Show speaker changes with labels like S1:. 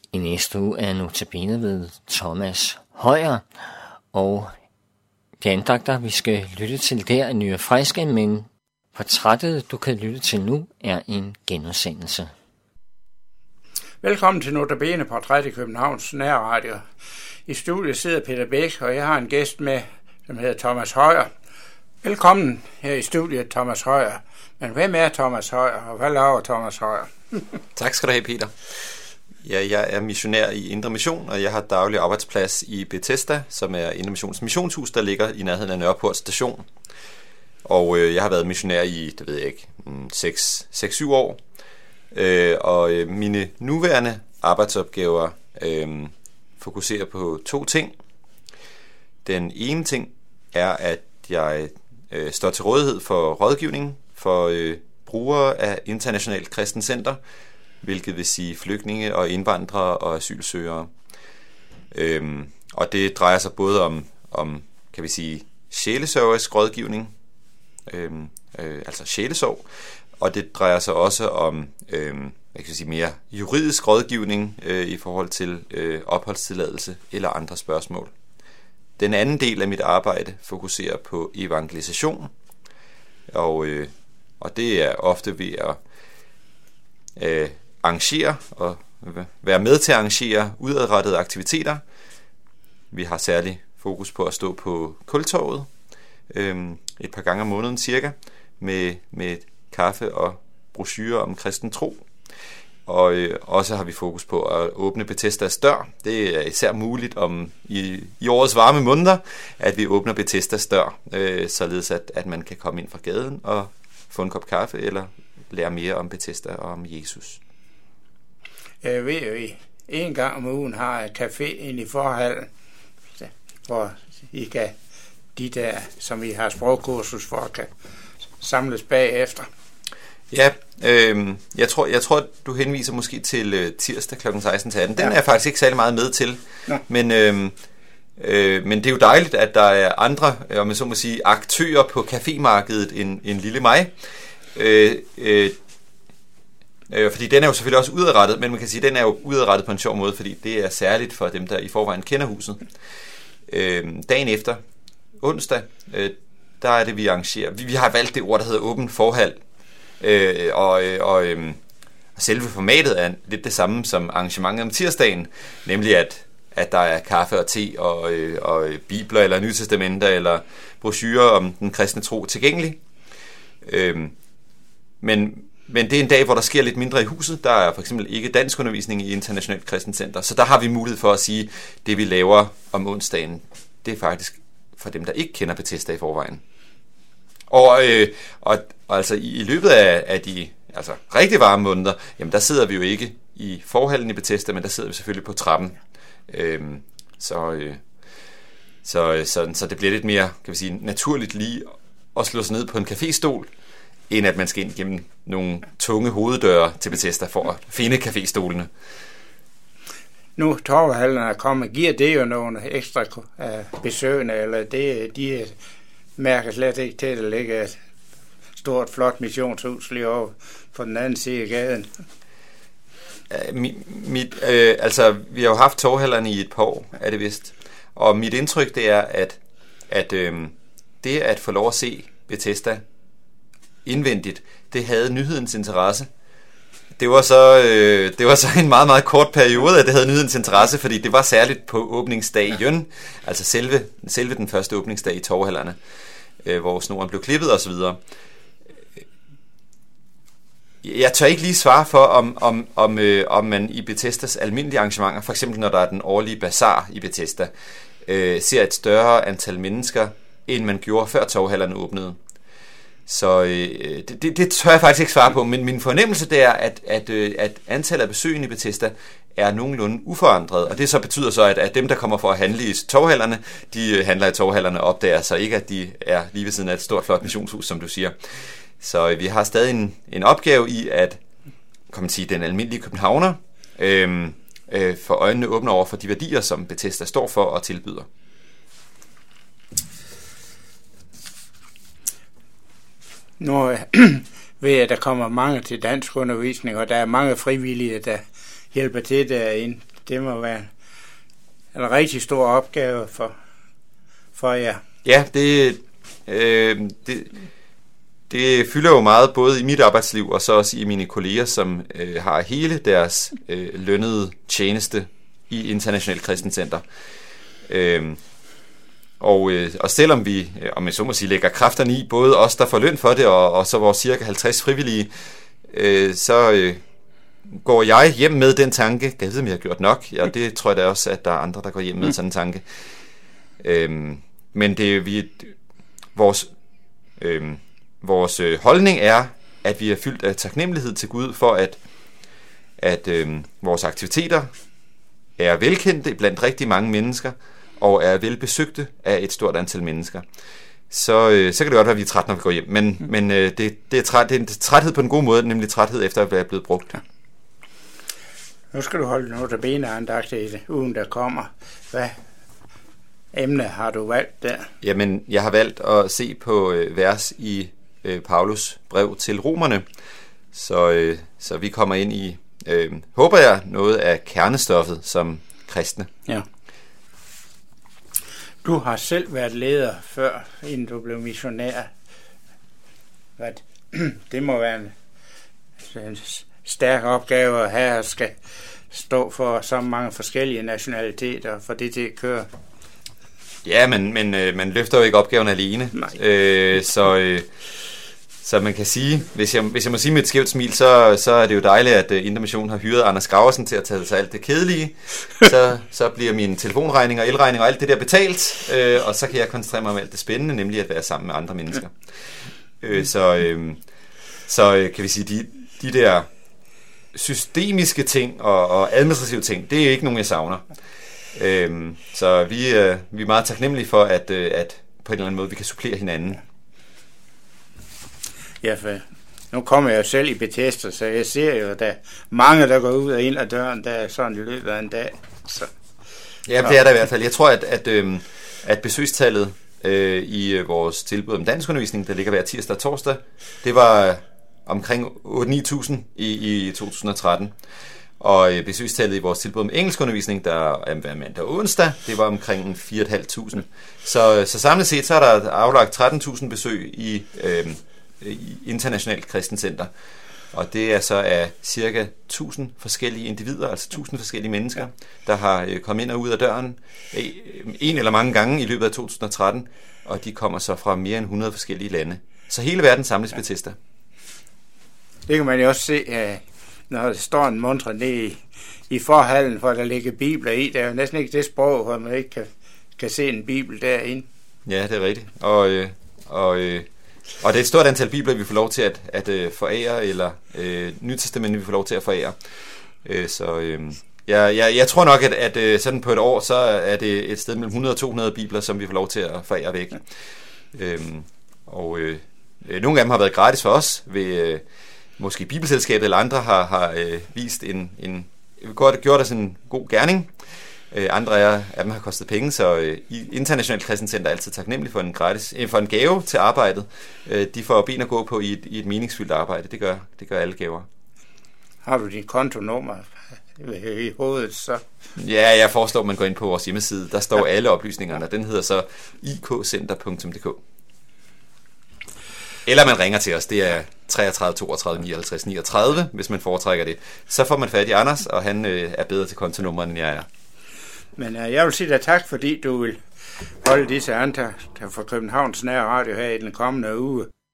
S1: I næste uge er notabene ved Thomas Højer, og de andagter, vi skal lytte til der, er nye og friske, men portrættet, du kan lytte til nu, er en genudsendelse.
S2: Velkommen til Notabene Portræt i Københavns Nærradio. I studiet sidder Peter Bæk, og jeg har en gæst med, som hedder Thomas Højer. Velkommen her i studiet, Thomas Højer. Men hvem er Thomas Højer, og hvad laver Thomas Højer?
S3: Tak skal du have, Peter. Ja, jeg er missionær i Indre Mission, og jeg har daglig arbejdsplads i Bethesda, som er Indre Missions missionshus, der ligger i nærheden af Nørreport station. Og jeg har været missionær i, det ved jeg ikke, 6-7 år. Og mine nuværende arbejdsopgaver fokuserer på 2 ting. Den ene ting er, at jeg står til rådighed for rådgivning for brugere af Internationalt Kristent Center, hvilket vil sige flygtninge og indvandrere og asylsøgere. Og det drejer sig både om kan vi sige, sjælesørgerisk rådgivning, altså sjælesorg, og det drejer sig også om jeg kan sige, mere juridisk rådgivning i forhold til opholdstilladelse eller andre spørgsmål. Den anden del af mit arbejde fokuserer på evangelisation, og det er ofte ved at arrangere og være med til at arrangere udadrettede aktiviteter. Vi har særlig fokus på at stå på Kultorvet et par gange om måneden cirka, med kaffe og brochurer om kristen tro. Og også har vi fokus på at åbne Bethesdas dør. Det er især muligt i årets varme måneder, at vi åbner Bethesdas dør, således at man kan komme ind fra gaden og få en kop kaffe eller lære mere om Bethesda og om Jesus.
S2: Jeg ved jo, I en gang om ugen har et café inde i forhallen, hvor I kan, de der, som I har sprogkursus for, kan samles bagefter.
S3: Ja, jeg tror, du henviser måske til tirsdag kl. 16-18. Den er jeg faktisk ikke særlig meget med til. Ja. Men det er jo dejligt, at der er andre, om jeg så må sige, aktører på cafémarkedet end lille mig. Fordi den er jo selvfølgelig også udadrettet, men man kan sige, at den er jo udadrettet på en sjov måde, fordi det er særligt for dem, der i forvejen kender huset. Dagen efter, onsdag, der er det, vi arrangerer. Vi har valgt det ord, der hedder åben forhal. Og selve formatet er lidt det samme som arrangementet om tirsdagen, nemlig at der er kaffe og te og bibler eller Nye Testamenter eller brochurer om den kristne tro tilgængelig. Men det er en dag, hvor der sker lidt mindre i huset. Der er for eksempel ikke danskundervisning i Internationalt Kristent Center, så der har vi mulighed for at sige, at det vi laver om onsdagen, det er faktisk for dem, der ikke kender Bethesda i forvejen. Og altså i løbet af de rigtig varme måneder, jamen der sidder vi jo ikke i forhallen i Bethesda, men der sidder vi selvfølgelig på trappen. Så det bliver lidt mere, kan vi sige, naturligt lige at slå sig ned på en caféstol, end at man skal ind gennem nogle tunge hoveddøre til Bethesda for at finde caféstolene.
S2: Nu torvehallen er kommet, giver det jo nogle ekstra besøgende, eller de mærker slet ikke til, at der ligger et stort, flot missionshus lige over på den anden side af gaden.
S3: Vi har jo haft torvehallerne i et par år, er det vist. Og mit indtryk, det er, at det at få lov at se Bethesda indvendigt, det havde nyhedens interesse. Det var så en meget, meget kort periode, at det havde nyhedens interesse, fordi det var særligt på åbningsdagen, altså selve den første åbningsdag i torvehallerne, hvor snoren blev klippet osv. Jeg tør ikke lige svare for, om man i Bethesdas almindelige arrangementer, for eksempel når der er den årlige bazar i Bethesda, ser et større antal mennesker, end man gjorde før torvehallerne åbnede. Så det tør jeg faktisk ikke svare på, men min fornemmelse det er, at antallet af besøgende i Bethesda er nogenlunde uforandret, og det så betyder så, at dem, der kommer for at handle i torvehallerne, de handler i torvehallerne og opdager så ikke, at de er lige ved siden af et stort, flot missionshus, som du siger. Så vi har stadig en opgave i at, kan man sige, den almindelige københavner for øjnene åbne over for de værdier, som Bethesda står for og tilbyder.
S2: Nu ved jeg, at der kommer mange til dansk undervisning, og der er mange frivillige, der hjælper til derinde. det må være en rigtig stor opgave for jer.
S3: Ja, det fylder jo meget både i mit arbejdsliv og så også i mine kolleger, som har hele deres lønnede tjeneste i Internationalt Kristencenter. Og selvom vi, om jeg så må sige, lægger kræfterne i, både os, der får løn for det, og så vores cirka 50 frivillige, så går jeg hjem med den tanke, jeg ved, om jeg har gjort nok, ja, det tror jeg da også, at der er andre, der går hjem med sådan en tanke. Men vores holdning er, at vi er fyldt af taknemmelighed til Gud for, at vores aktiviteter er velkendte blandt rigtig mange mennesker, og er velbesøgte af et stort antal mennesker. Så kan det godt være, at vi er trætte, når vi går hjem. Men det er en træthed på en god måde, nemlig træthed efter at være blevet brugt.
S2: Nu skal du holde notabene-andagt i ugen, der kommer. Hvad emne har du valgt der?
S3: Jamen, jeg har valgt at se på vers i Paulus brev til romerne. Så vi kommer ind i, håber jeg, noget af kernestoffet som kristne. Ja.
S2: Du har selv været leder før, inden du blev missionær. Det må være en stærk opgave at have, at skal stå for så mange forskellige nationaliteter, for det til at køre.
S3: Ja, men man løfter jo ikke opgaven alene. Så man kan sige, hvis jeg må sige med et skævt smil, så er det jo dejligt, at Indre Mission har hyret Anders Graversen til at tage sig alt det kedelige. Så bliver min telefonregning og elregning og alt det der betalt, og så kan jeg koncentrere mig om alt det spændende, nemlig at være sammen med andre mennesker. Så kan vi sige, de der systemiske ting og administrative ting, det er ikke nogen, jeg savner. Så vi er meget taknemmelige for, at på en eller anden måde vi kan supplere hinanden.
S2: Ja, for nu kommer jeg jo selv i Bethesda, så jeg ser jo, at der er mange, der går ud og ind ad døren, der er sådan i løbet af en dag. Så.
S3: Ja, det er der i hvert fald. Jeg tror, at besøgstallet i vores tilbud om danskundervisning, der ligger hver tirsdag og torsdag, det var omkring 8-9.000 i 2013. Og besøgstallet i vores tilbud om engelskundervisning, der er hver mandag og onsdag, det var omkring 4.500. Så samlet set, så er der aflagt 13.000 besøg i Internationalt Kristencenter. Og det er så af cirka 1.000 forskellige individer, altså 1.000 forskellige mennesker, der har kommet ind og ud af døren en eller mange gange i løbet af 2013, og de kommer så fra mere end 100 forskellige lande. Så hele verden samles i Bethesda.
S2: Det kan man jo også se, når der står en montre nede i forhallen, hvor der ligger bibler i. Der er jo næsten ikke det sprog, hvor man ikke kan se en bibel derinde. Ja, det er rigtigt.
S3: Og det er et stort antal bibler, vi får lov til at forære, eller Nytestamentet, vi får lov til at forære. Jeg tror nok, at sådan på et år, så er det et sted mellem 100 og 200 bibler, som vi får lov til at forære væk. Nogle af dem har været gratis for os, ved måske Bibelselskabet eller andre har vist gjort os en god gerning. Andre af dem har kostet penge, så Internationalt Kristencenter er altid taknemmelig for en gave til arbejdet. De får ben at gå på i et meningsfyldt arbejde. Det gør alle gaver.
S2: Har du din kontonummer i hovedet så?
S3: Ja, jeg foreslår, at man går ind på vores hjemmeside. Der står alle oplysningerne. Den hedder så ikcenter.dk. Eller man ringer til os. Det er 33 32 59 39, hvis man foretrækker det. Så får man fat i Anders, og han er bedre til kontonummeret, end jeg er.
S2: Men jeg vil sige dig tak, fordi du vil holde disse andagter for Københavns Nære Radio her i den kommende uge.